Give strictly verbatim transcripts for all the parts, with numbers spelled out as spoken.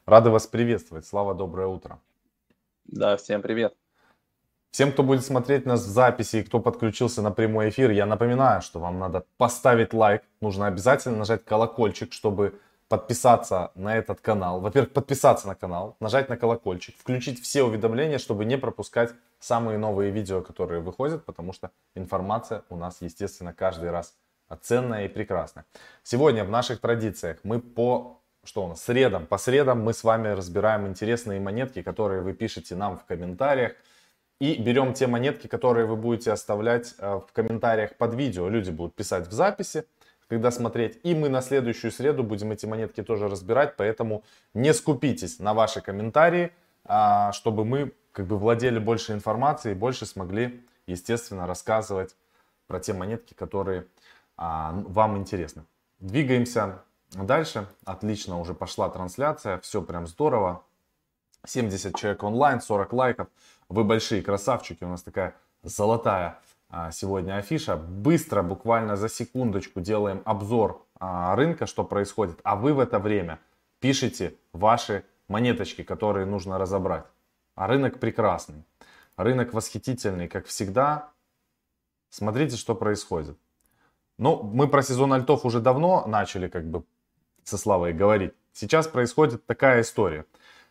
Рады вас приветствовать. Слава, доброе утро. Да, всем привет. Всем, кто будет смотреть нас в записи и кто подключился на прямой эфир, я напоминаю, что вам надо поставить лайк. Нужно обязательно нажать колокольчик, чтобы подписаться на этот канал. Во-первых, подписаться на канал, нажать на колокольчик, включить все уведомления, чтобы не пропускать самые новые видео, которые выходят, потому что информация у нас, естественно, каждый раз ценная и прекрасная. Сегодня в наших традициях мы по что у нас? Средам. По средам мы с вами разбираем интересные монетки, которые вы пишете нам в комментариях. И берем те монетки, которые вы будете оставлять в комментариях под видео. Люди будут писать в записи, когда смотреть. И мы на следующую среду будем эти монетки тоже разбирать. Поэтому не скупитесь на ваши комментарии, чтобы мы как бы владели больше информации и больше смогли, естественно, рассказывать про те монетки, которые вам интересны. Двигаемся дальше. Отлично, уже пошла трансляция. Все прям здорово. семьдесят человек онлайн, сорок лайков. Вы большие красавчики. У нас такая золотая а, сегодня афиша. Быстро, буквально за секундочку делаем обзор а, рынка, что происходит. А вы в это время пишите ваши монеточки, которые нужно разобрать. А рынок прекрасный. Рынок восхитительный, как всегда. Смотрите, что происходит. Ну, мы про сезон альтов уже давно начали как бы со Славой говорить. Сейчас происходит такая история.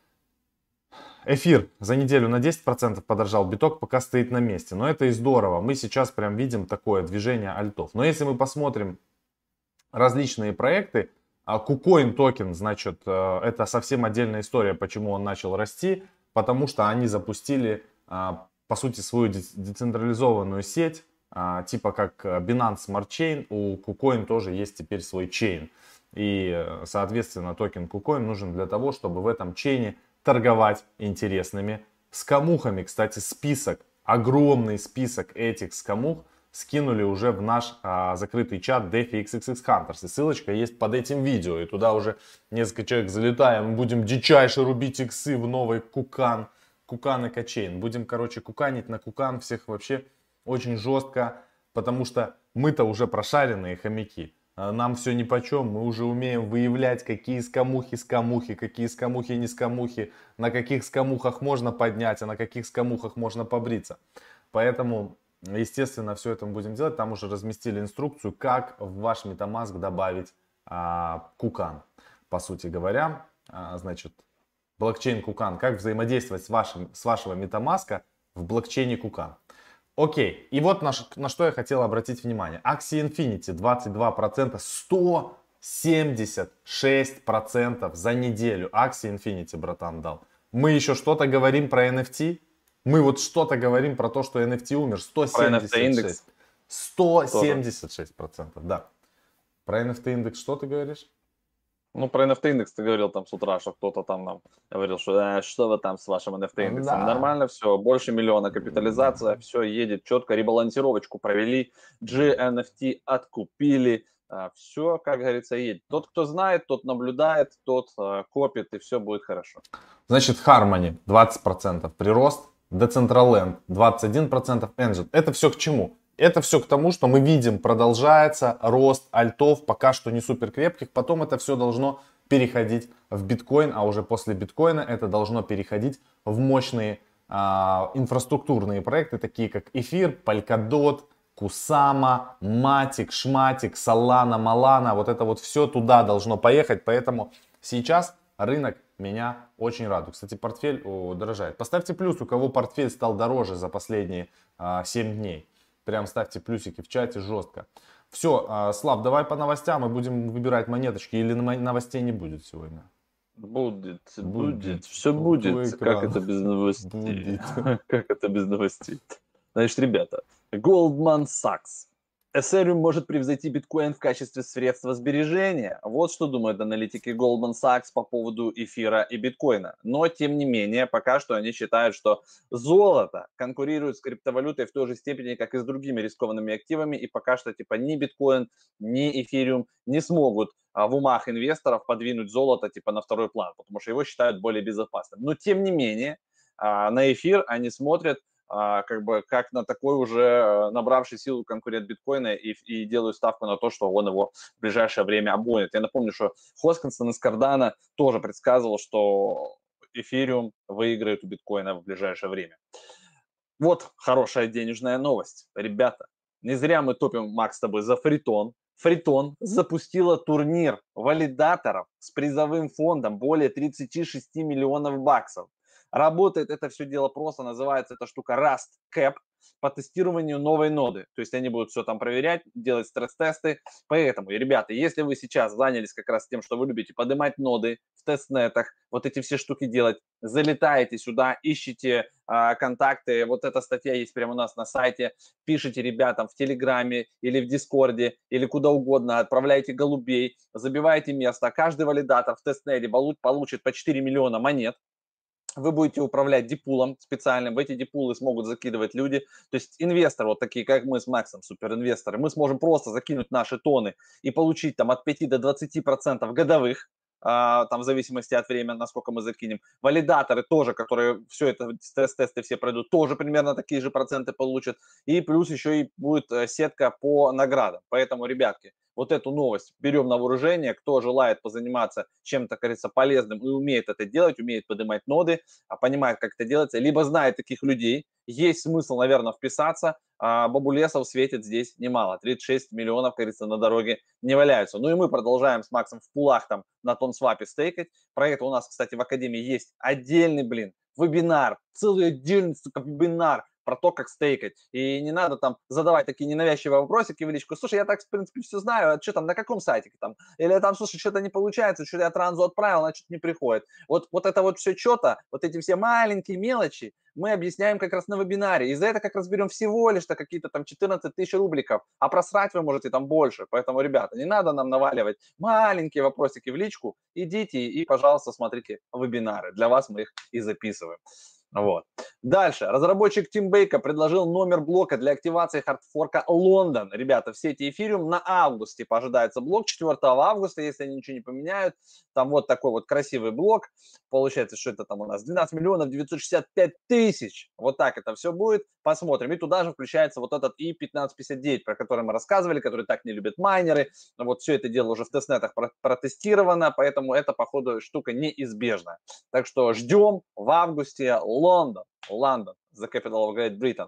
Эфир за неделю на десять процентов подорожал, биток пока стоит на месте. Но это и здорово. Мы сейчас прям видим такое движение альтов. Но если мы посмотрим различные проекты, KuCoin токен, значит, это совсем отдельная история, почему он начал расти. Потому что они запустили, по сути, свою децентрализованную сеть, типа как Binance Smart Chain. У KuCoin тоже есть теперь свой чейн. И, соответственно, токен KuCoin нужен для того, чтобы в этом чейне торговать интересными скамухами. Кстати, список, огромный список этих скамух скинули уже в наш а, закрытый чат DeFi икс икс икс Hunters. И ссылочка есть под этим видео. И туда уже несколько человек залетаем. Будем дичайше рубить иксы в новый Кукан. Кукан и Качейн. Будем, короче, куканить на Кукан всех вообще очень жестко. Потому что мы-то уже прошаренные хомяки. Нам все нипочем, мы уже умеем выявлять, какие скамухи скамухи, какие скамухи не скамухи, на каких скамухах можно поднять, а на каких скамухах можно побриться. Поэтому, естественно, все это мы будем делать. Там уже разместили инструкцию, как в ваш MetaMask добавить а, Кукан. По сути говоря, а, значит, блокчейн Кукан, как взаимодействовать с, вашим, с вашего MetaMask в блокчейне Кукан. Окей, и вот на, на что я хотел обратить внимание. Axie Infinity двадцать два процента, сто семьдесят шесть процентов за неделю. Axie Infinity, братан, дал. Мы еще что-то говорим про эн эф ти? Мы вот что-то говорим про то, что эн эф ти умер. сто семьдесят шесть. сто семьдесят шесть процентов, да. Про эн эф ти индекс что ты говоришь? Ну, про эн эф ти индекс ты говорил там с утра, что кто-то там нам говорил, что э, что вы там с вашим эн эф ти индексом. Да. Нормально все, больше миллиона капитализация, все едет четко, ребалансировочку провели, джи эн эф ти откупили, все, как говорится, едет. Тот, кто знает, тот наблюдает, тот э, копит, и все будет хорошо. Значит, Harmony двадцать процентов прирост, Decentraland двадцать один процент, Engine. Это все к чему? Это все к тому, что мы видим, продолжается рост альтов, пока что не супер крепких. Потом это все должно переходить в биткоин, а уже после биткоина это должно переходить в мощные а, инфраструктурные проекты, такие как Эфир, Polkadot, Kusama, Matic, Шматик, Solana, Malana. Вот это вот все туда должно поехать. Поэтому сейчас рынок меня очень радует. Кстати, портфель о, дорожает. Поставьте плюс, у кого портфель стал дороже за последние а, семь дней. Прям ставьте плюсики в чате жестко. Все, Слав, давай по новостям, мы будем выбирать монеточки. Или новостей не будет сегодня? Будет, будет, Будет. все будет. Как это без новостей? Будет. Как это без новостей? Значит, ребята, Goldman Sachs. Ethereum может превзойти биткоин в качестве средства сбережения. Вот что думают аналитики Goldman Sachs по поводу эфира и биткоина. Но, тем не менее, пока что они считают, что золото конкурирует с криптовалютой в той же степени, как и с другими рискованными активами. И пока что типа ни биткоин, ни эфириум не смогут а, в умах инвесторов подвинуть золото типа на второй план, потому что его считают более безопасным. Но, тем не менее, а, на эфир они смотрят а, как бы как на такой уже набравший силу конкурент биткоина и, и делаю ставку на то, что он его в ближайшее время обгонит. Я напомню, что Хоскинсон из Кардана тоже предсказывал, что эфириум выиграет у биткоина в ближайшее время. Вот хорошая денежная новость. Ребята, не зря мы топим, Макс, с тобой за Фритон. Фритон запустила турнир валидаторов с призовым фондом более тридцать шесть миллионов баксов. Работает это все дело просто, называется эта штука Rust Cap по тестированию новой ноды. То есть они будут все там проверять, делать стресс-тесты. Поэтому, ребята, если вы сейчас занялись как раз тем, что вы любите поднимать ноды в тестнетах, вот эти все штуки делать, залетаете сюда, ищите а, контакты. Вот эта статья есть прямо у нас на сайте. Пишите ребятам в Телеграме или в Дискорде, или куда угодно, отправляйте голубей, забивайте место. Каждый валидатор в тестнете получит по четыре миллиона монет. Вы будете управлять дипулом специальным, в эти дипулы смогут закидывать люди. То есть инвесторы, вот такие, как мы с Максом, суперинвесторы, мы сможем просто закинуть наши тоны и получить там от пяти до двадцати процентов годовых, а, там в зависимости от времени, насколько мы закинем. Валидаторы тоже, которые все это, стресс-тесты все пройдут, тоже примерно такие же проценты получат. И плюс еще и будет сетка по наградам. Поэтому, ребятки, вот эту новость берем на вооружение. Кто желает позаниматься чем-то, кажется, полезным и умеет это делать, умеет поднимать ноды, понимает, как это делается, либо знает таких людей, есть смысл, наверное, вписаться. А бабулесов светит здесь немало. тридцать шесть миллионов, кажется, на дороге не валяются. Ну и мы продолжаем с Максом в пулах там на Тонсвапе стейкать. Про это у нас, кстати, в Академии есть отдельный, блин, вебинар, целый отдельный, сука, вебинар про то, как стейкать. И не надо там задавать такие ненавязчивые вопросики в личку. Слушай, я так, в принципе, все знаю, а что там, на каком сайте там? Или там, слушай, что-то не получается, что-то я транзу отправил, она что-то не приходит. Вот, вот это вот все что-то, вот эти все маленькие мелочи мы объясняем как раз на вебинаре. И за это как раз берем всего лишь-то какие-то там четырнадцать тысяч рубликов, а просрать вы можете там больше. Поэтому, ребята, не надо нам наваливать маленькие вопросики в личку. Идите и, пожалуйста, смотрите вебинары. Для вас мы их и записываем. Вот. Дальше. Разработчик Тим Бейка предложил номер блока для активации хардфорка Лондон. Ребята, в сети эфириум на августе ожидается блок, четвёртого августа, если они ничего не поменяют. Там вот такой вот красивый блок. Получается, что это там у нас двенадцать миллионов девятьсот шестьдесят пять тысяч. Вот так это все будет. Посмотрим. И туда же включается вот этот и пятнадцать пятьдесят девять, про который мы рассказывали, который так не любят майнеры. Вот все это дело уже в тестнетах протестировано, поэтому это, походу, штука неизбежна. Так что ждем в августе Лондон. Лондон, the capital of Great Britain.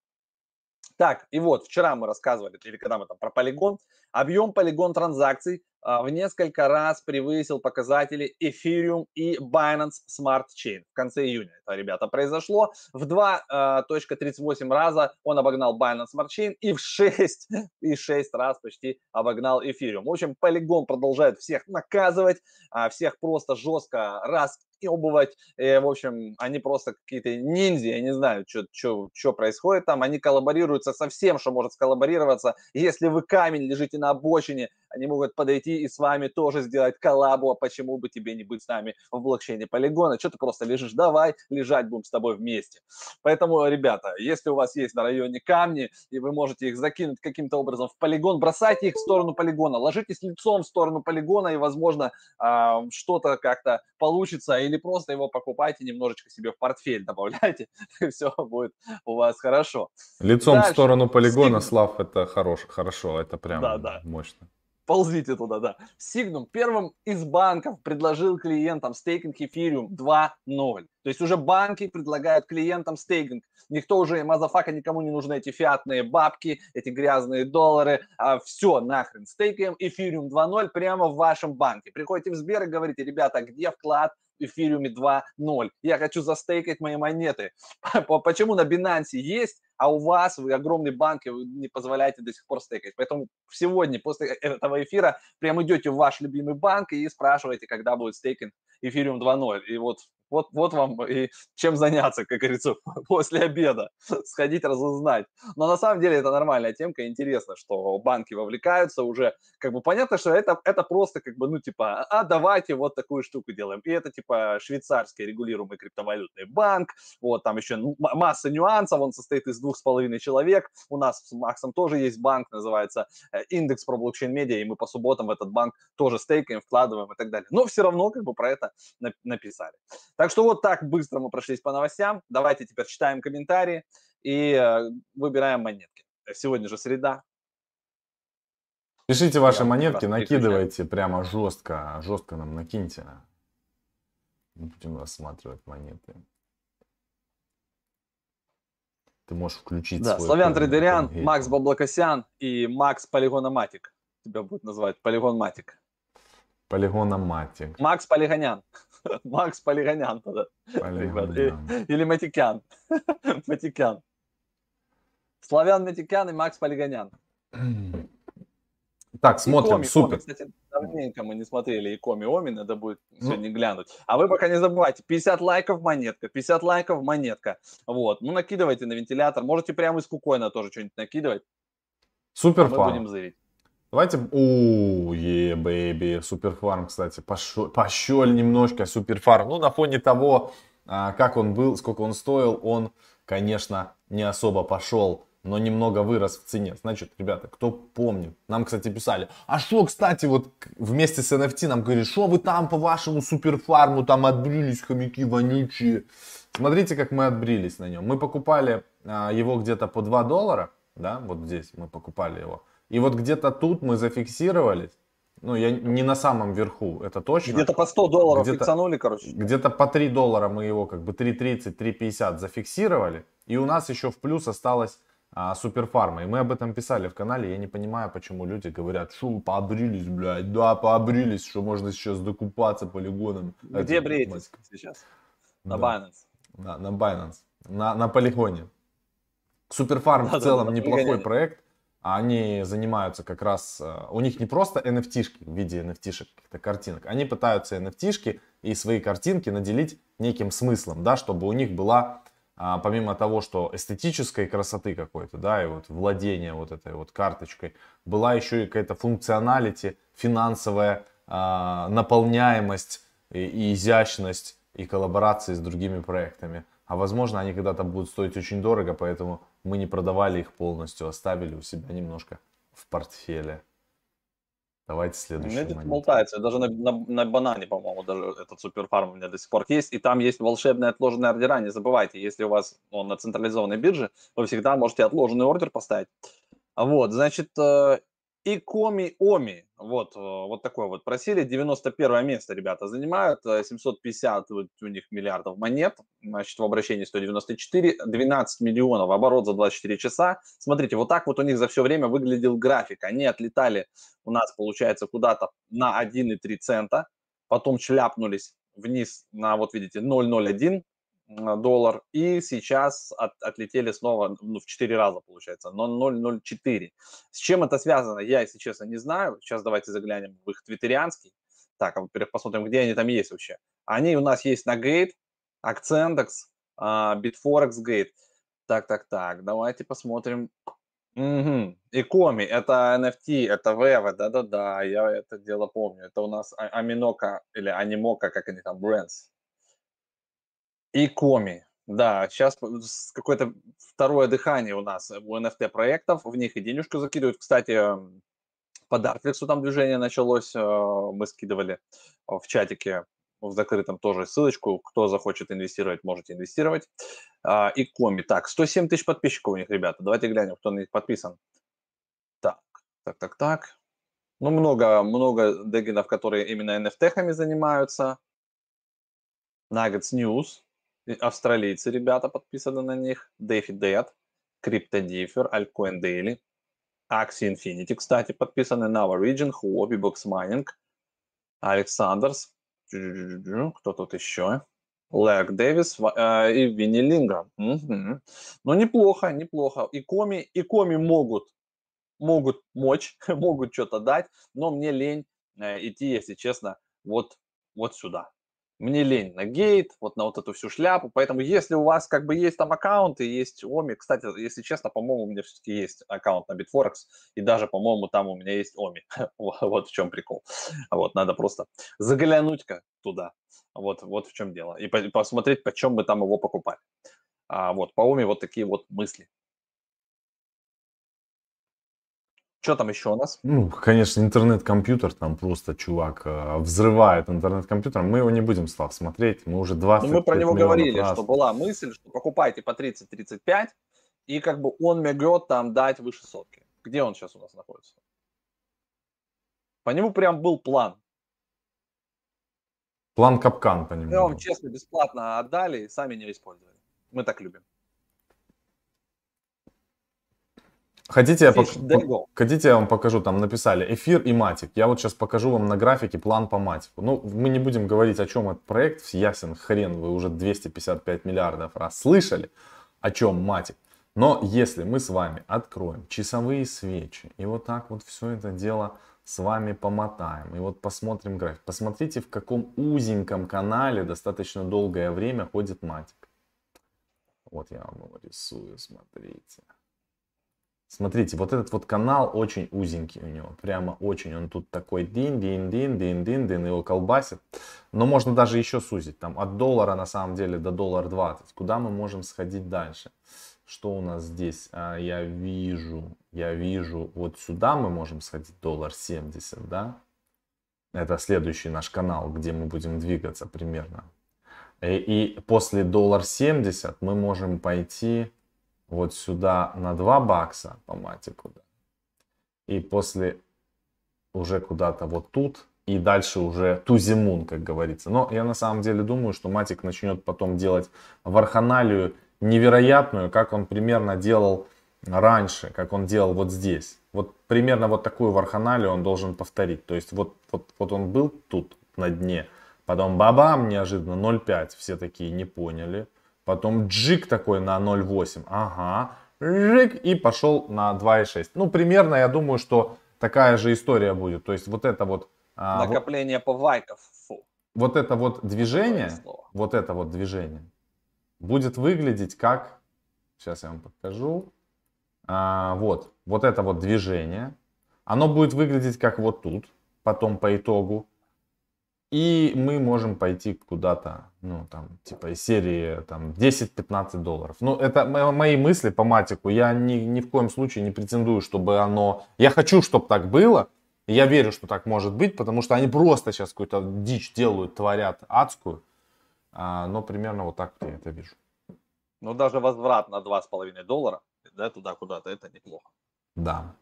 Так, и вот, вчера мы рассказывали, или когда мы там про полигон, объем полигон транзакций а, в несколько раз превысил показатели Ethereum и Binance Smart Chain в конце июня. Это, ребята, произошло. В два целых тридцать восемь раза он обогнал Binance Smart Chain и в шесть и шесть раз почти обогнал Ethereum. В общем, полигон продолжает всех наказывать, всех просто жестко раз обувать. И, в общем, они просто какие-то ниндзя, я не знаю, что происходит там. Они коллаборируются со всем, что может сколлаборироваться. Если вы камень лежите на обочине, они могут подойти и с вами тоже сделать коллабу. А почему бы тебе не быть с нами в блокчейне полигона? Что ты просто лежишь? Давай лежать будем с тобой вместе. Поэтому, ребята, если у вас есть на районе камни, и вы можете их закинуть каким-то образом в полигон, бросайте их в сторону полигона, ложитесь лицом в сторону полигона, и, возможно, что-то как-то получится, или просто его покупайте, немножечко себе в портфель добавляйте, и все будет у вас хорошо. Лицом Дальше. В сторону полигона, Signum. Слав, это хорош, хорошо, это прям да, да. мощно. Ползите туда, да. Signum первым из банков предложил клиентам стейкинг Ethereum два ноль. То есть уже банки предлагают клиентам стейкинг. Никто уже, мазафака, никому не нужны эти фиатные бабки, эти грязные доллары. А все, нахрен, стейкаем Ethereum два ноль прямо в вашем банке. Приходите в Сбер и говорите, ребята, где вклад в Ethereum два ноль? Я хочу застейкать мои монеты. Почему на Binance есть, а у вас, вы огромный банк, и вы не позволяете до сих пор стейкать. Поэтому сегодня, после этого эфира, прям идете в ваш любимый банк и спрашиваете, когда будет стейкинг Ethereum два ноль. И вот Вот, вот вам и чем заняться, как говорится, после обеда. Сходить разузнать. Но на самом деле это нормальная темка. Интересно, что банки вовлекаются уже. Как бы понятно, что это, это просто как бы, ну, типа, а давайте вот такую штуку делаем. И это, типа, швейцарский регулируемый криптовалютный банк. Вот там еще масса нюансов. Он состоит из двух с половиной человек. У нас с Максом тоже есть банк, называется Индекс про блокчейн медиа. И мы по субботам в этот банк тоже стейкаем, вкладываем и так далее. Но все равно как бы про это написали. Так что вот так быстро мы прошлись по новостям. Давайте теперь читаем комментарии и э, выбираем монетки. Сегодня же среда. Пишите ваши Я монетки, как раз накидывайте прямо жестко, жестко нам накиньте. Будем рассматривать монеты. Ты можешь включить Да, свой Славян коин, Трейдерян, коин Макс гейтинг. Баблокосян и Макс Полигономатик. Тебя будут называть Полигонматик. Полигономатик. Макс Полигонян. Макс Полигонян тогда. Ребят. И- Полигонян. Или Матикян. Матикян. Славян Матикян и Макс Полигонян. Так, И смотрим, Коми, Коми, супер. кстати, давненько мы не смотрели и Коми Оми, надо будет Ну. сегодня глянуть. А вы пока не забывайте, пятьдесят лайков монетка, пятьдесят лайков монетка. Вот, ну накидывайте на вентилятор, можете прямо из кукоина тоже что-нибудь накидывать, а Супер мы фарм. будем зырить. Давайте, у е бэйби, суперфарм, кстати, пошел, пощель немножко суперфарм. Ну, на фоне того, а, как он был, сколько он стоил, он, конечно, не особо пошел, но немного вырос в цене. Значит, ребята, кто помнит, нам, кстати, писали, а что, кстати, вот вместе с эн эф ти нам говорит, что вы там по вашему суперфарму там отбрились, хомяки вонючие. Смотрите, как мы отбрились на нем. Мы покупали а, его где-то по два доллара, да, вот здесь мы покупали его. И вот где-то тут мы зафиксировались, ну, я не на самом верху, это точно. Где-то по сто долларов Где-то- фиксанули, короче. Где-то по три доллара мы его как бы три тридцать, три пятьдесят зафиксировали. И у нас еще в плюс осталась а, суперфарма. И мы об этом писали в канале. Я не понимаю, почему люди говорят, что вы пообрились, блядь. Да, пообрились, что можно сейчас докупаться полигоном. Где Это, бреетесь мать, сейчас? На да. Binance. На, на Binance, на, на полигоне. Суперфарм в Да-да-да, целом на неплохой полигоне. проект. Они занимаются как раз, э, у них не просто эн эф ти-шки в виде эн эф ти-шек, каких-то картинок. Они пытаются эн эф ти-шки и свои картинки наделить неким смыслом, да, чтобы у них была, а, помимо того, что эстетической красоты какой-то, да, и вот владение вот этой вот карточкой, была еще и какая-то функционалити, финансовая а, наполняемость и, и изящность и коллаборации с другими проектами. А возможно, они когда-то будут стоить очень дорого, поэтому мы не продавали их полностью, оставили у себя немножко в портфеле. Давайте У следующую меня где-то монету. болтается. Даже на, на- на банане, по-моему, даже этот суперфарм у меня до сих пор есть. И там есть волшебные отложенные ордера. Не забывайте, если у вас он на централизованной бирже, вы всегда можете отложенный ордер поставить. А Вот, значит, э, и Коми Оми, вот, э, вот такой вот просили, девяносто первое место ребята занимают, э, семьсот пятьдесят вот у них миллиардов монет, значит, в обращении сто девяносто четыре, двенадцать миллионов оборот за двадцать четыре часа. Смотрите, вот так вот у них за все время выглядел график. Они отлетали у нас, получается, куда-то на один и три цента, потом шляпнулись вниз на, вот видите, ноль ноль один доллар, и сейчас от, отлетели снова ну, в четыре раза, получается, ноль ноль четыре. С чем это связано, я, если честно, не знаю. Сейчас давайте заглянем в их твиттерианский. Так, а во-первых, посмотрим, где они там есть вообще. Они у нас есть на Gate, Accendex, а, Bitforex Gate. Так, так, так, давайте посмотрим. Угу. Икоми, это эн эф ти, это Вева, да-да-да, я это дело помню. Это у нас А- Аминока или Анимока, как они там, Brands. Икоми, да, сейчас какое-то второе дыхание у нас у эн эф ти-проектов, в них и денежку закидывают. Кстати, м, по Дарфлексу там движение началось, э, мы скидывали э, в чатике в закрытом тоже ссылочку. Кто захочет инвестировать, можете инвестировать. А, И Коми. Так, сто семь тысяч подписчиков у них, ребята. Давайте глянем, кто на них подписан. Так, так, так, так. Ну, много, много дегинов, которые именно эн эф ти-хами занимаются. Nuggets News. И Австралийцы, ребята, подписаны на них. DeFi Dead, CryptoDiffer, Altcoin Daily. Axie Infinity, кстати, подписаны. Nova Region, Huobi, Box Mining. Александрс. Кто тут еще? Лэг Дэвис э, и Винни Линграм. Мгм. Ну, неплохо, неплохо. И Коми, и Коми могут, могут мочь, могут что-то дать, но мне лень э, идти, если честно, вот, вот сюда. Мне лень на гейт, вот на вот эту всю шляпу. Поэтому, если у вас как бы есть там аккаунты, есть Оми, кстати, если честно, по-моему, у меня все-таки есть аккаунт на Bitforex, и даже, по-моему, там у меня есть Оми. Вот в чем прикол. Вот, надо просто заглянуть-ка туда. Вот, вот в чем дело. И по- посмотреть, почем мы там его покупали. А, вот, по Оми вот такие вот мысли. Что там еще у нас? Ну, конечно, интернет-компьютер, там просто чувак э, взрывает интернет-компьютер. Мы его не будем, Слав, смотреть. Мы уже Ну, мы двадцать про пять него миллионов говорили, раз. что была мысль, что покупайте по тридцать тридцать пять, и как бы он могет там дать выше сотки. Где он сейчас у нас находится? По нему прям был план. План капкан по Мы нему вам был. честно, бесплатно отдали и сами не использовали. Мы так любим. Хотите я, пок... Fish Dago. Хотите, я вам покажу, там написали эфир и матик. Я вот сейчас покажу вам на графике план по матику. Ну, мы не будем говорить, о чем этот проект. Ясен хрен, вы уже двести пятьдесят пять миллиардов раз слышали, о чем матик. Но если мы с вами откроем часовые свечи и вот так вот все это дело с вами помотаем и вот посмотрим график. Посмотрите, в каком узеньком канале достаточно долгое время ходит матик. Вот я вам его рисую, смотрите. Смотрите, вот этот вот канал очень узенький у него, прямо очень. Он тут такой дин-дин-дин-дин-дин-дин, его колбасит. Но можно даже еще сузить, там от доллара на самом деле до доллара двадцать. Куда мы можем сходить дальше? Что у нас здесь? А, я вижу, я вижу, вот сюда мы можем сходить, доллар семьдесят, да? Это следующий наш канал, где мы будем двигаться примерно. И, и после доллар семьдесят мы можем пойти вот сюда на два бакса по матику. Да. И после уже куда-то вот тут. И дальше уже тузимун, как говорится. Но я на самом деле думаю, что матик начнет потом делать варханалию невероятную, как он примерно делал раньше, как он делал вот здесь. Вот примерно вот такую варханалию он должен повторить. То есть вот, вот, вот он был тут на дне, потом бабам неожиданно ноль пять, все такие не поняли. Потом джик такой на ноль восемь, ага, джик, и пошел на два и шесть. Ну примерно я думаю, что такая же история будет. То есть вот это вот... Накопление вот, повайков. Фу. Вот это вот движение, вот это вот движение будет выглядеть как, сейчас я вам покажу, а, вот, вот это вот движение, оно будет выглядеть как вот тут, потом по итогу, и мы можем пойти куда-то, ну там, типа из серии там десять-пятнадцать долларов. Ну это мои мысли по матику, я ни, ни в коем случае не претендую, чтобы оно, я хочу, чтобы так было, я верю, что так может быть, потому что они просто сейчас какую-то дичь делают, творят адскую. А, но примерно вот так я это вижу. Ну, даже возврат на два с половиной доллара, да, туда куда-то, это неплохо. Да.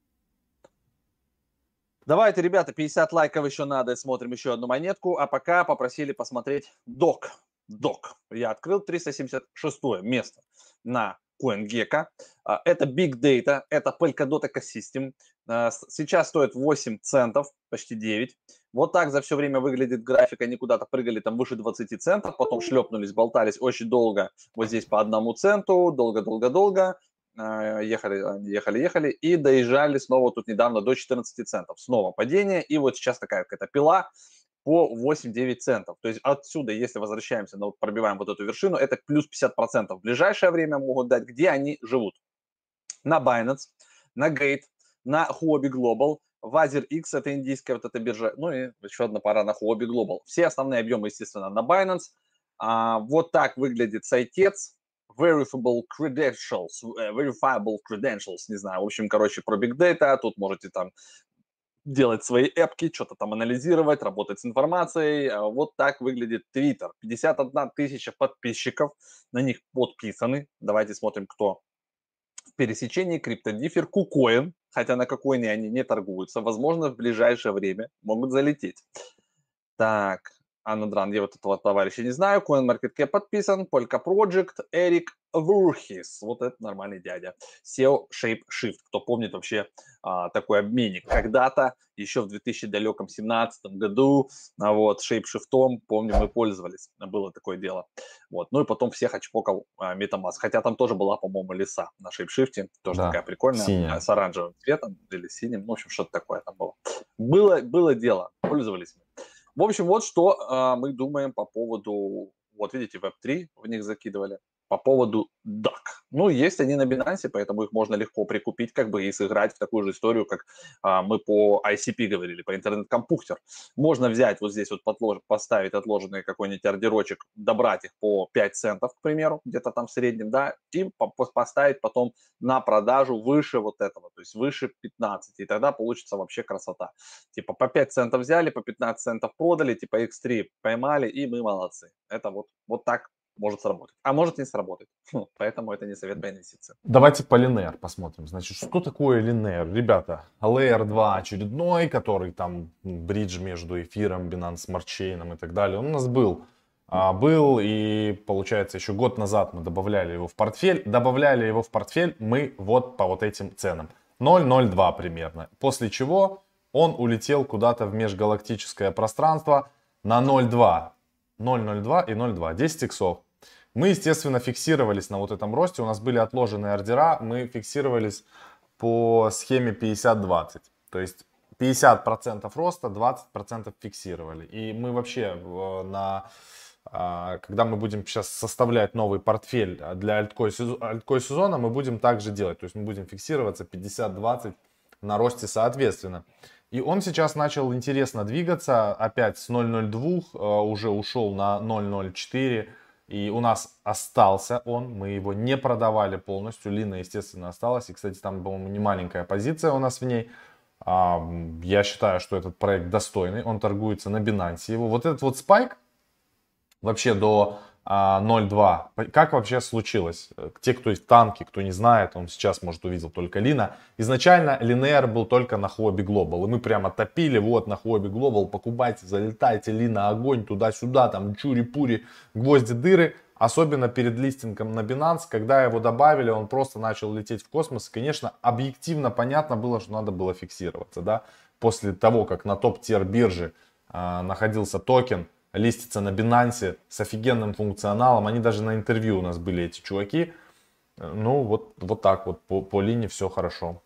Давайте, ребята, пятьдесят лайков еще надо, смотрим еще одну монетку. А пока попросили посмотреть док. Док. Я открыл триста семьдесят шестое место на CoinGecko. Это Big Data, это Polkadot Ecosystem. Сейчас стоит восемь центов, почти девять. Вот так за все время выглядит график. Они куда-то прыгали там выше двадцати центов, потом шлепнулись, болтались очень долго. Вот здесь по одному центу, долго-долго-долго. Ехали, ехали, ехали и доезжали снова тут недавно до четырнадцати центов. Снова падение. И вот сейчас такая какая-то пила по восемь-девять центов. То есть отсюда, если возвращаемся, ну, пробиваем вот эту вершину, это плюс пятьдесят процентов в ближайшее время могут дать, где они живут. На Binance, на Gate, на Huobi Global, Вазер X, это индийская вот эта биржа, ну и еще одна пара на Huobi Global. Все основные объемы, естественно, на Binance. А, вот так выглядит сайтец. Verifiable credentials, verifiable credentials, не знаю, в общем, короче, про Big Data, тут можете там делать свои эпки, что-то там анализировать, работать с информацией. Вот так выглядит Twitter. пятьдесят одна тысяча подписчиков, на них подписаны. Давайте смотрим, кто в пересечении. Криптодифер, KuCoin, хотя на KuCoin они не торгуются. Возможно, в ближайшее время могут залететь. Так, Анудран, я вот этого товарища не знаю. CoinMarketCap подписан. Polka Project, Эрик Вурхис. Вот это нормальный дядя. сео ShapeShift. Кто помнит вообще а, такой обменник. Когда-то, еще в две тысячи семнадцатом году, а, вот, ShapeShift, помню, мы пользовались. Было такое дело. Вот. Ну и потом всех отчпокал а, MetaMask. Хотя там тоже была, по-моему, лиса на ShapeShift. Тоже Да, такая прикольная. синяя. С оранжевым цветом или синим. Ну, в общем, что-то такое там было. Было, было дело. Пользовались мы. В общем, вот что э, мы думаем по поводу, вот видите, веб три в них закидывали, по поводу дак. Ну, есть они на Binance, поэтому их можно легко прикупить, как бы, и сыграть в такую же историю, как э, мы по ай си пи говорили, по интернет-компьютер. Можно взять вот здесь вот подлож... поставить отложенный какой-нибудь ордерочек, добрать их по пять центов, к примеру, где-то там в среднем, да, и поставить потом на продажу выше вот этого, то есть выше пятнадцати, и тогда получится вообще красота. Типа по пять центов взяли, по пятнадцать центов продали, типа икс три поймали, и мы молодцы. Это вот, вот так может сработать. А может не сработать. Хм, поэтому это не совет по инвестициям. Давайте по Linear посмотрим. Значит, что такое Linear? Ребята, Layer два очередной, который там бридж между эфиром, Binance Smart Chain и так далее, он у нас был. А, был, и получается еще год назад мы добавляли его в портфель. Добавляли его в портфель мы вот по вот этим ценам. ноль ноль два примерно. После чего он улетел куда-то в межгалактическое пространство на ноль два. ноль ноль два и ноль два. десять иксов. Мы, естественно, фиксировались на вот этом росте. У нас были отложенные ордера. Мы фиксировались по схеме пятьдесят двадцать. То есть пятьдесят процентов роста, двадцать процентов фиксировали. И мы вообще на... Когда мы будем сейчас составлять новый портфель для альткой сезона, мы будем также делать. То есть мы будем фиксироваться пятьдесят двадцать на росте соответственно. И он сейчас начал интересно двигаться. Опять с ноль ноль два уже ушел на ноль ноль четыре. И у нас остался он. Мы его не продавали полностью. Лина, естественно, осталась. И, кстати, там, по-моему, не маленькая позиция у нас в ней. Я считаю, что этот проект достойный. Он торгуется на Binance. Его вот этот вот спайк вообще до а, ноль два. Как вообще случилось? Те, кто есть танки, кто не знает, он сейчас, может, увидел только Лина. Изначально Linear был только на Huobi Global. И мы прямо топили, вот на Huobi Global, покупайте, залетайте, Лина, огонь, туда-сюда, там чури-пури, гвозди, дыры. Особенно перед листингом на Binance, когда его добавили, он просто начал лететь в космос. И, конечно, объективно понятно было, что надо было фиксироваться, да. После того, как на топ-тир бирже а, находился токен, листится на Binance с офигенным функционалом. Они даже на интервью у нас были, эти чуваки. Ну, вот, вот так вот, по, по линии все хорошо.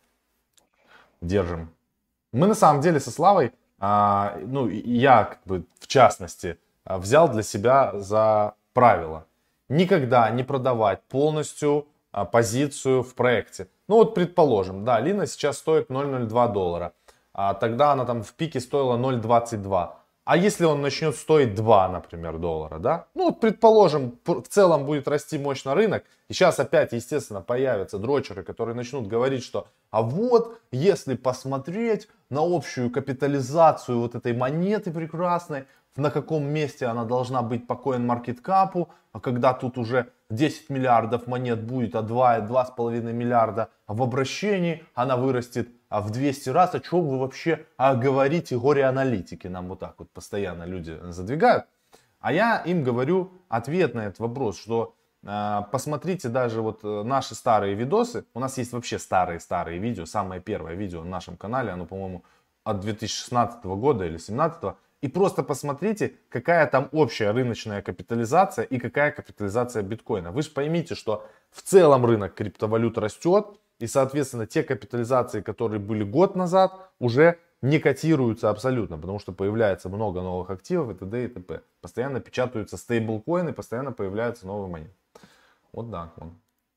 Держим. Мы на самом деле со Славой, а, ну, я как бы в частности, взял для себя за правило никогда не продавать полностью а, позицию в проекте. Ну вот предположим, да, Лина сейчас стоит ноль ноль два доллара. А тогда она там в пике стоила ноль двадцать два. А если он начнет стоить два, например, доллара, да? Ну, вот предположим, в целом будет расти мощно рынок. И сейчас опять, естественно, появятся дрочеры, которые начнут говорить, что а вот, если посмотреть на общую капитализацию вот этой монеты прекрасной, на каком месте она должна быть по CoinMarketCap, а когда тут уже десять миллиардов монет будет, а два, два с половиной миллиарда в обращении, она вырастет а в двести раз. О чем вы вообще а, говорите, горе-аналитики? Нам вот так вот постоянно люди задвигают. А я им говорю ответ на этот вопрос, что э, посмотрите даже вот наши старые видосы. У нас есть вообще старые-старые видео. Самое первое видео на нашем канале, оно, по-моему, от две тысячи шестнадцатого года или две тысячи семнадцатого. И просто посмотрите, какая там общая рыночная капитализация и какая капитализация биткоина. Вы же поймите, что в целом рынок криптовалют растет. И, соответственно, те капитализации, которые были год назад, уже не котируются абсолютно. Потому что появляется много новых активов и т.д. и т.п. Постоянно печатаются стейблкоины, постоянно появляются новые монеты. Вот так вот.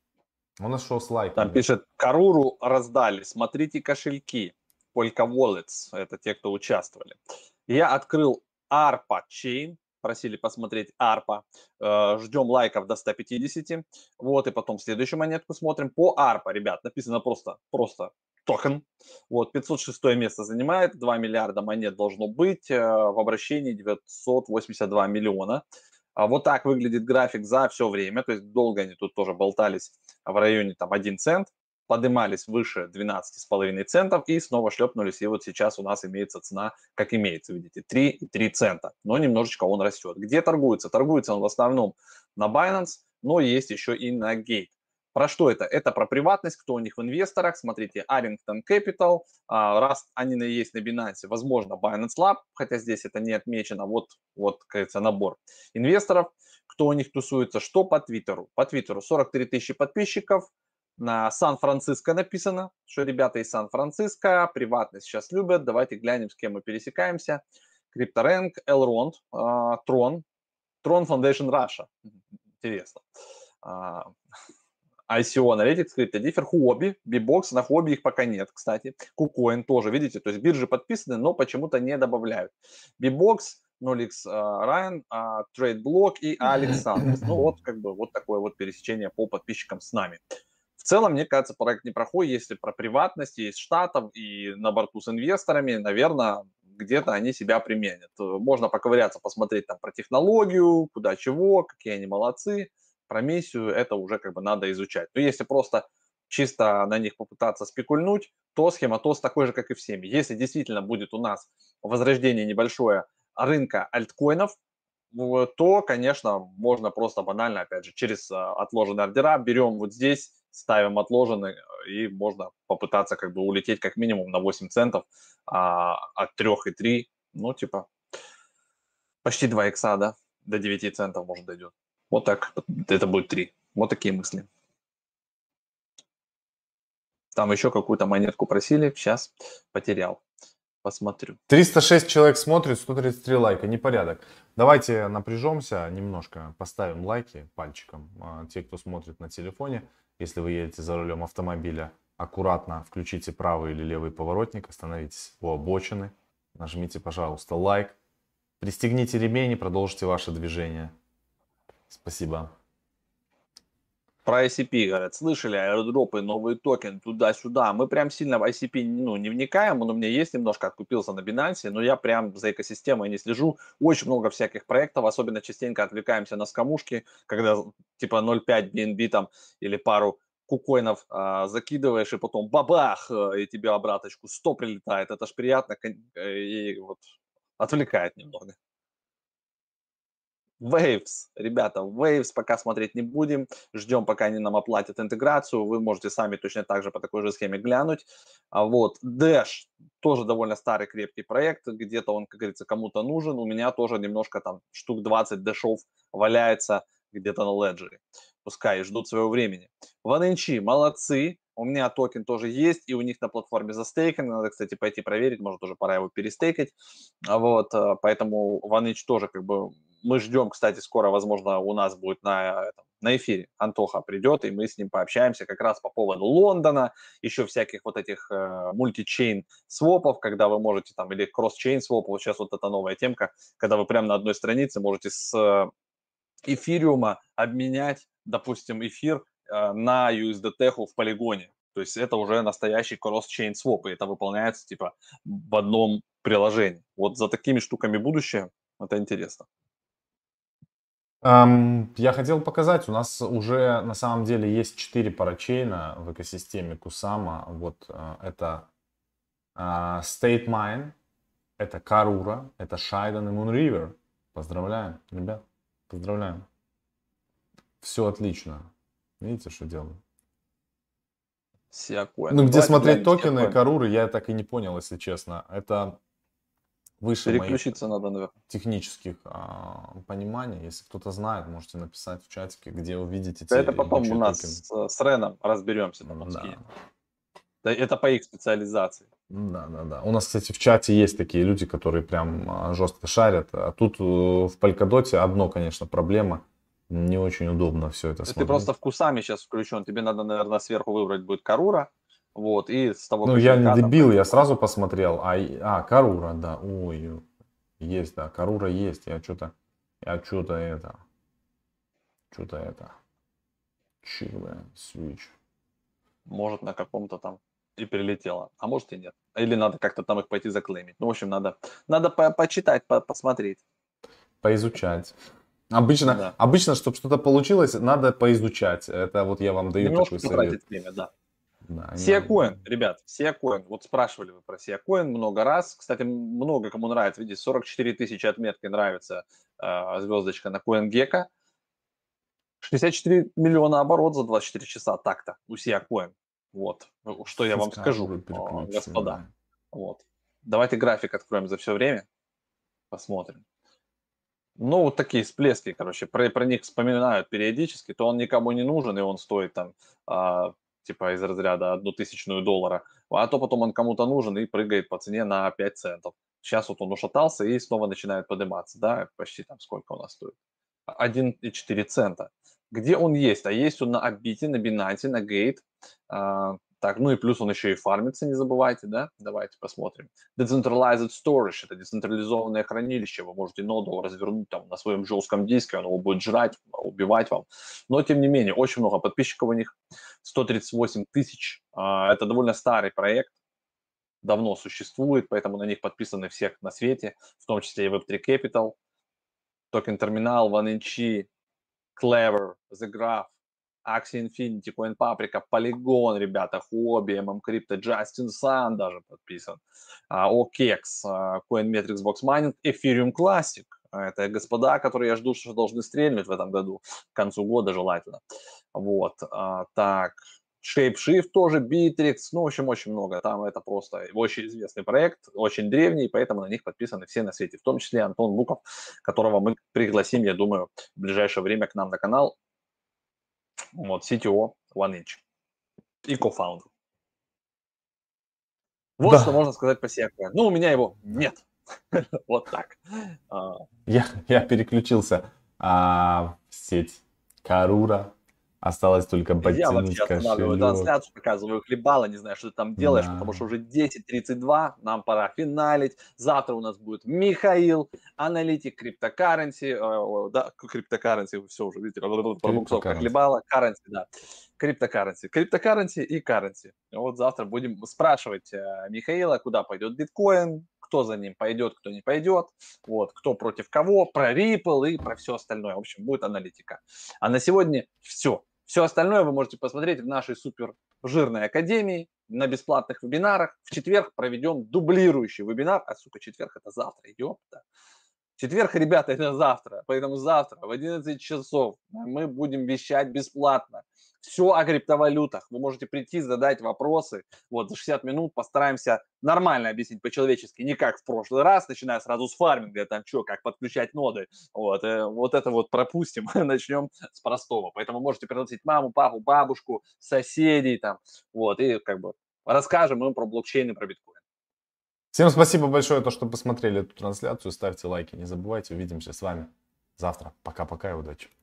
Он нашел с лайком. Там пишет, Каруру раздали, смотрите кошельки. Polka Wallets, это те, кто участвовали. Я открыл Арпа Chain, просили посмотреть Арпа. Ждем лайков до ста пятидесяти. Вот, и потом следующую монетку смотрим. По Арпа, ребят, написано просто, просто токен. Вот, пятьсот шестое место занимает. два миллиарда монет должно быть. В обращении девятьсот восемьдесят два миллиона. Вот так выглядит график за все время. То есть долго они тут тоже болтались в районе там один цент. Поднимались выше двенадцати с половиной центов и снова шлепнулись. И вот сейчас у нас имеется цена, как имеется, видите, три и три цента. Но немножечко он растет. Где торгуется? Торгуется он в основном на Binance, но есть еще и на Gate. Про что это? Это про приватность, кто у них в инвесторах. Смотрите, Arlington Capital, раз они есть на Binance, возможно, Binance Lab, хотя здесь это не отмечено. Вот, вот, кажется, набор инвесторов, кто у них тусуется. Что по Твиттеру? По Твиттеру сорок три тысячи подписчиков. На Сан-Франциско написано, что ребята из Сан-Франциско, приватность сейчас любят. Давайте глянем, с кем мы пересекаемся. CryptoRank, Elrond, Tron, Tron Foundation Russia. Интересно. ай си о Analytics, CryptoDiffer, Huobi, Bbox. На Huobi их пока нет, кстати. KuCoin тоже, видите, то есть биржи подписаны, но почему-то не добавляют. Bbox, ноль икс Ryan, TradeBlock и Alexander. Ну вот как бы вот такое вот пересечение по подписчикам с нами. В целом, мне кажется, проект неплохой, если про приватность, есть штатов и на борту с инвесторами, наверное, где-то они себя применят. Можно поковыряться, посмотреть там про технологию, куда чего, какие они молодцы. Про миссию это уже как бы надо изучать. Но если просто чисто на них попытаться спекульнуть, то схема ТОС такой же, как и всеми. Если действительно будет у нас возрождение небольшое рынка альткоинов, то, конечно, можно просто банально, опять же, через отложенные ордера берем вот здесь, ставим отложенные, и можно попытаться как бы улететь как минимум на восемь центов, а от трёх и три, ну, типа, почти два икса, да, до девяти центов, может, дойдет. Вот так, это будет три. Вот такие мысли. Там еще какую-то монетку просили, сейчас потерял. Посмотрю. триста шесть человек смотрит, сто тридцать три лайка, непорядок. Давайте напряжемся немножко, поставим лайки пальчиком. Те, кто смотрит на телефоне, если вы едете за рулем автомобиля, аккуратно включите правый или левый поворотник, остановитесь у обочины, нажмите, пожалуйста, лайк, пристегните ремень и продолжите ваше движение. Спасибо. Про ай си пи, говорят, слышали, аирдропы, новый токен, туда-сюда. Мы прям сильно в ай си пи ну, не вникаем, он у меня есть немножко, откупился на Binance, но я прям за экосистемой не слежу. Очень много всяких проектов, особенно частенько отвлекаемся на скамушки, когда типа ноль целых пять би эн би там или пару кукоинов а, закидываешь, и потом бабах, и тебе обраточку сто прилетает. Это ж приятно и вот отвлекает немного. Waves, ребята, Waves пока смотреть не будем, ждем, пока они нам оплатят интеграцию, вы можете сами точно так же по такой же схеме глянуть. А вот Dash, тоже довольно старый крепкий проект, где-то он, как говорится, кому-то нужен, у меня тоже немножко там штук двадцать дэшов валяется где-то на леджере, пускай ждут своего времени. OneInch, молодцы, у меня токен тоже есть, и у них на платформе застейкан, надо, кстати, пойти проверить, может уже пора его перестейкать, вот, поэтому OneInch тоже как бы мы ждем, кстати, скоро, возможно, у нас будет на, на эфире Антоха придет, и мы с ним пообщаемся как раз по поводу Лондона, еще всяких вот этих э, мультичейн свопов, когда вы можете там, или кросс-чейн свопов, вот сейчас вот эта новая темка, когда вы прямо на одной странице можете с э, эфириума обменять, допустим, эфир э, на ю эс ди ти в полигоне. То есть это уже настоящий кросс-чейн своп, и это выполняется типа в одном приложении. Вот за такими штуками будущее, это интересно. Um, я хотел показать, у нас уже на самом деле есть четыре парачейна в экосистеме Kusama. Вот uh, это uh, StateMine, это Karura, это Shiden и Moonriver. Поздравляем, ребят, поздравляем. Все отлично. Видите, что делаю? Сиакоин. Ну, где Давайте смотреть токены Каруры, я так и не понял, если честно. Это выше моих надо, наверное. технических а, пониманий. Если кто-то знает, можете написать в чатике, где вы видите те Это потом у нас с, с Реном разберемся. Там да. Это по их специализации. Да, да, да. У нас, кстати, в чате есть такие люди, которые прям жестко шарят. А тут в Polkadot одно, конечно, проблема. Не очень удобно все это Ты смотреть. просто в Кусами сейчас включен. Тебе надо, наверное, сверху выбрать будет Карура. Вот, и с того Ну, я не дебил, я сразу посмотрел. А, а Карура, да. Ой, есть, да. Карура есть. Я что-то, я что-то это, что-то это. Чик, бля, свич. Может, на каком-то там и прилетело, а может и нет. Или надо как-то там их пойти заклеймить. Ну, в общем, надо, надо по почитать, по посмотреть. Поизучать. Обычно, да. обычно, чтобы что-то получилось, надо поизучать. Это вот я вам даю Немножко такой совет. время, да. Да, Сиакоин, не... ребят, Сиакоин. Вот спрашивали вы про Сиакоин много раз. Кстати, много кому нравится. Видите, сорок четыре тысячи отметки нравится э, звездочка на CoinGecko. шестьдесят четыре миллиона оборот за двадцать четыре часа так-то у Сиакоин. Вот, что я вам скажу, господа. Вот. Давайте график откроем за все время. Посмотрим. Ну, вот такие всплески, короче, про, про них вспоминают периодически, то он никому не нужен, и он стоит там, а, типа, из разряда одну тысячную доллара, а то потом он кому-то нужен и прыгает по цене на пять центов. Сейчас вот он ушатался и снова начинает подниматься, да, почти там сколько у нас стоит? один и четыре цента. Где он есть? А есть он на Абите, на Binance, на Gate. А, так, ну и плюс он еще и фармится, не забывайте, да? Давайте посмотрим. Decentralized Storage, это децентрализованное хранилище. Вы можете ноду развернуть там на своем жестком диске, он его будет жрать, убивать вам. Но, тем не менее, очень много подписчиков у них. сто тридцать восемь тысяч. А, это довольно старый проект. давно существует, поэтому на них подписаны всех на свете, в том числе и веб три Capital, Token Terminal, OneInch, Clever, The Graph, Axie Infinity, Coin Paprika, Polygon, ребята, Hobby, эм эм Crypto, Justin Sun даже подписан, о кей экс, Coinmetrics, Vox Mining, Ethereum Classic. Это господа, которые я жду, что должны стрельнуть в этом году, к концу года желательно. Вот, так, Shapeshift тоже, Bittrex, ну, в общем, очень много. Там это просто очень известный проект, очень древний, поэтому на них подписаны все на свете, в том числе Антон Буков, которого мы пригласим, я думаю, в ближайшее время к нам на канал. Вот, си ти о OneInch и кофаундер. Вот Да. что можно сказать по Сиакоину. Ну, у меня его нет. Вот так. Я, я переключился а, в сеть Карура. Осталось только Я подтянуть вообще останавливаю кошелек. трансляцию, показываю хлебало, не знаю, что ты там делаешь, Да. потому что уже десять тридцать два, нам пора финалить. Завтра у нас будет Михаил, аналитик криптокарренси, э, да, криптокарренси, все уже, видите, пробуксовка хлебала, карренси, да, криптокарренси, криптокарренси и карренси. Вот завтра будем спрашивать э, Михаила, куда пойдет биткоин, кто за ним пойдет, кто не пойдет, вот, кто против кого, про Ripple и про все остальное. В общем, будет аналитика. А на сегодня все. Все остальное вы можете посмотреть в нашей супер жирной академии на бесплатных вебинарах. В четверг проведем дублирующий вебинар. А, сука, четверг это завтра, ёпта. Четверг, ребята, это завтра. Поэтому завтра в одиннадцать часов мы будем вещать бесплатно. Все о криптовалютах. Вы можете прийти, задать вопросы. Вот за шестьдесят минут постараемся нормально объяснить по-человечески, не как в прошлый раз, начиная сразу с фарминга, там что, как подключать ноды. Вот, э, вот это вот пропустим, начнем с простого. Поэтому можете пригласить маму, папу, бабушку, соседей там. Вот, и как бы расскажем им про блокчейн и про биткоин. Всем спасибо большое, то, что посмотрели эту трансляцию. Ставьте лайки, не забывайте. Увидимся с вами завтра. Пока-пока и удачи.